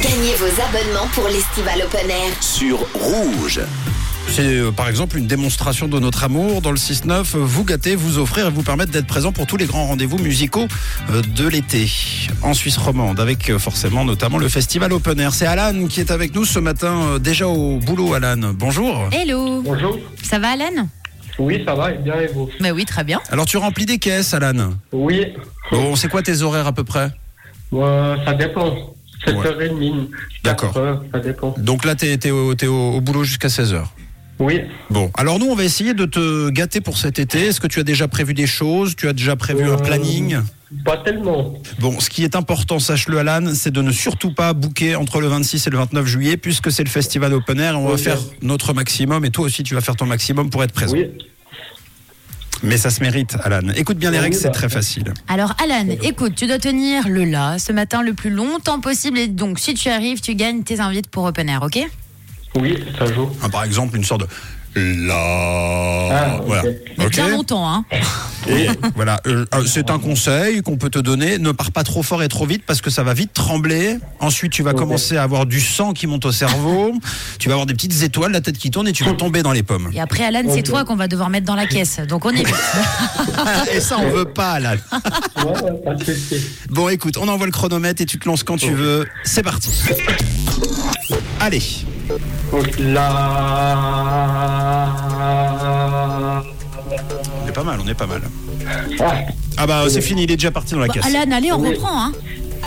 Gagnez vos abonnements pour l'Estival Open Air. Sur Rouge. C'est par exemple une démonstration de notre amour dans le 6-9, vous gâter, vous offrir et vous permettre d'être présent pour tous les grands rendez-vous musicaux de l'été en Suisse romande avec forcément notamment le Festival Open Air. C'est Alan qui est avec nous ce matin, déjà au boulot. Alan, bonjour. Hello. Bonjour. Ça va Alan? Oui, ça va, et bien, et vous? Bah oui, très bien. Alors tu remplis des caisses, Alan? Oui. Bon, c'est quoi tes horaires à peu près? Ça dépend. 7h30. D'accord. 4h, ça dépend. Donc là t'es au boulot jusqu'à 16h. Oui. Bon, alors nous on va essayer de te gâter pour cet été. Est-ce que tu as déjà prévu des choses? Tu as déjà prévu un planning? Pas tellement. Bon, ce qui est important, sache-le Alan, c'est de ne surtout pas booker entre le 26 et le 29 juillet puisque c'est le Festival Open Air et on va faire notre maximum et toi aussi tu vas faire ton maximum pour être présent. Oui. Mais ça se mérite, Alan. Écoute bien les règles, c'est très facile. Alors Alan, écoute, tu dois tenir le la ce matin le plus longtemps possible et donc si tu arrives, tu gagnes tes invites pour Open Air, ok? Oui, ça joue. Par exemple, une sorte de la. Ah, ok. Voilà. Mais Ok. bien longtemps, hein. Et voilà, c'est un conseil qu'on peut te donner. Ne pars pas trop fort et trop vite parce que ça va vite trembler. Ensuite, tu vas commencer à avoir du sang qui monte au cerveau. Tu vas avoir des petites étoiles, la tête qui tourne et tu vas tomber dans les pommes. Et après Alan, c'est toi qu'on va devoir mettre dans la caisse. Donc on évite. Et ça, on veut pas, Alan. Ouais, pas de souci. Bon, écoute, on envoie le chronomètre et tu te lances quand tu veux. C'est parti. Allez. On est pas mal, on est pas mal. Ah bah c'est fini, il est déjà parti dans la Bon, caisse. Alan, allez, on reprend, hein.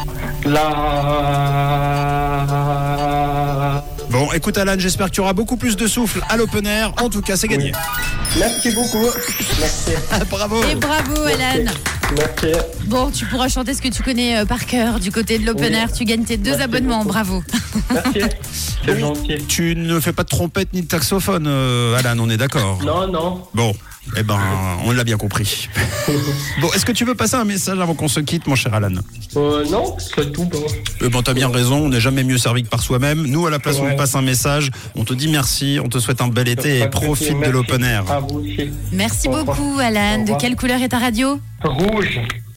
Bon, écoute Alan, j'espère que tu auras beaucoup plus de souffle à l'open air. En tout cas, c'est gagné. Merci beaucoup. Merci. Bravo. Et bravo Alan. Merci. Bon, tu pourras chanter ce que tu connais par cœur du côté de l'Open Oui. Air. Tu gagnes tes 2 Merci abonnements, beaucoup. bravo. Merci. C'est gentil. Tu ne fais pas de trompette ni de saxophone, Alan, on est d'accord? Non, non. Bon, eh ben, on l'a bien compris. Bon, est-ce que tu veux passer un message avant qu'on se quitte, mon cher Alan? Non, c'est tout bon. Bon, t'as bien raison, on n'est jamais mieux servi que par soi-même. Nous, à la place, on Ouais. te passe un message, on te dit merci, on te souhaite un bel été et profite de Merci. l'open air. À vous aussi. Merci Au revoir. beaucoup Alan. Au De revoir. quelle couleur est ta radio? Rouge.